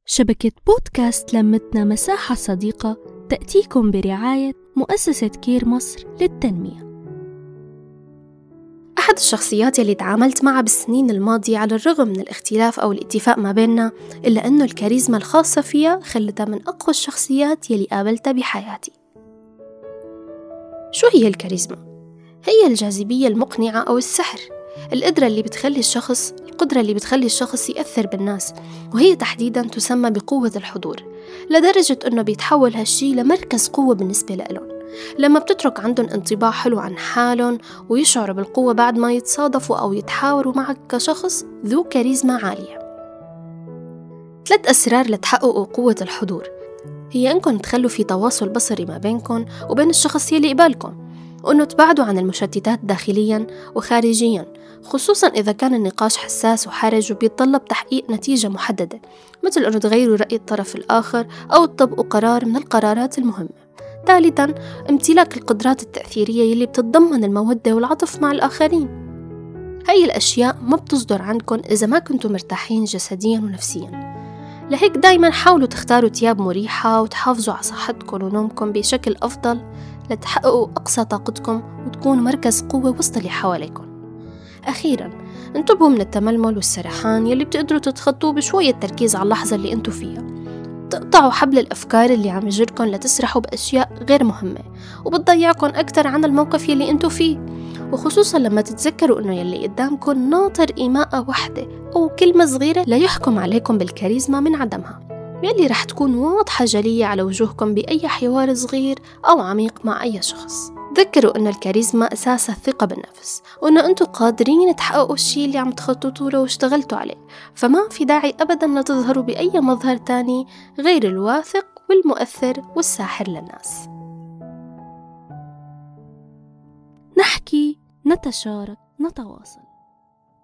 شبكة بودكاست لمتنا مساحة صديقة تأتيكم برعاية مؤسسة كير مصر للتنمية. أحد الشخصيات يلي تعاملت معها بالسنين الماضية على الرغم من الاختلاف أو الاتفاق ما بيننا، إلا أنه الكاريزما الخاصة فيها خلتها من أقوى الشخصيات يلي قابلتها بحياتي. شو هي الكاريزما؟ هي الجاذبية المقنعة أو السحر، القدرة اللي بتخلي الشخص يأثر بالناس، وهي تحديدا تسمى بقوة الحضور، لدرجة أنه بيتحول هالشي لمركز قوة بالنسبة لهم. لما بتترك عندهم انطباع حلو عن حالهم ويشعروا بالقوة بعد ما يتصادفوا أو يتحاوروا معك كشخص ذو كاريزما عالية. 3 أسرار لتحققوا قوة الحضور هي أنكم تخلوا في تواصل بصري ما بينكم وبين الشخص يلي قبالكم، وأنه تبعدوا عن المشتتات داخليا وخارجيا، خصوصا إذا كان النقاش حساس وحرج وبيتطلب تحقيق نتيجة محددة، مثل أنه تغيروا رأي الطرف الآخر أو تطبقوا قرار من القرارات المهمة. ثالثا، امتلاك القدرات التأثيرية يلي بتتضمن المودة والعطف مع الآخرين. هاي الأشياء ما بتصدر عندكم إذا ما كنتوا مرتاحين جسديا ونفسيا، لهيك دايما حاولوا تختاروا ثياب مريحة وتحافظوا على صحتكم ونومكم بشكل أفضل لتحققوا أقصى طاقتكم وتكونوا مركز قوة وسط اللي حواليكم. أخيرا، انتبهوا من التململ والسرحان يلي بتقدروا تتخطوه بشوية تركيز على اللحظة اللي انتوا فيها. تقطعوا حبل الأفكار اللي عم يجركم لتسرحوا بأشياء غير مهمة وبتضيعكم أكتر عن الموقف يلي انتوا فيه، وخصوصا لما تتذكروا انه يلي قدامكم ناطر إيماءة واحدة أو كلمة صغيرة ليحكم عليكم بالكاريزما من عدمها، يلي رح تكون واضحة جلية على وجوهكم بأي حوار صغير أو عميق مع أي شخص. تذكروا أن الكاريزما أساس الثقة بالنفس، وأن أنتوا قادرين تحققوا الشيء اللي عم تخططوا له واشتغلتوا عليه، فما في داعي أبدا لتظهروا بأي مظهر تاني غير الواثق والمؤثر والساحر للناس. نحكي، نتشارك، نتواصل.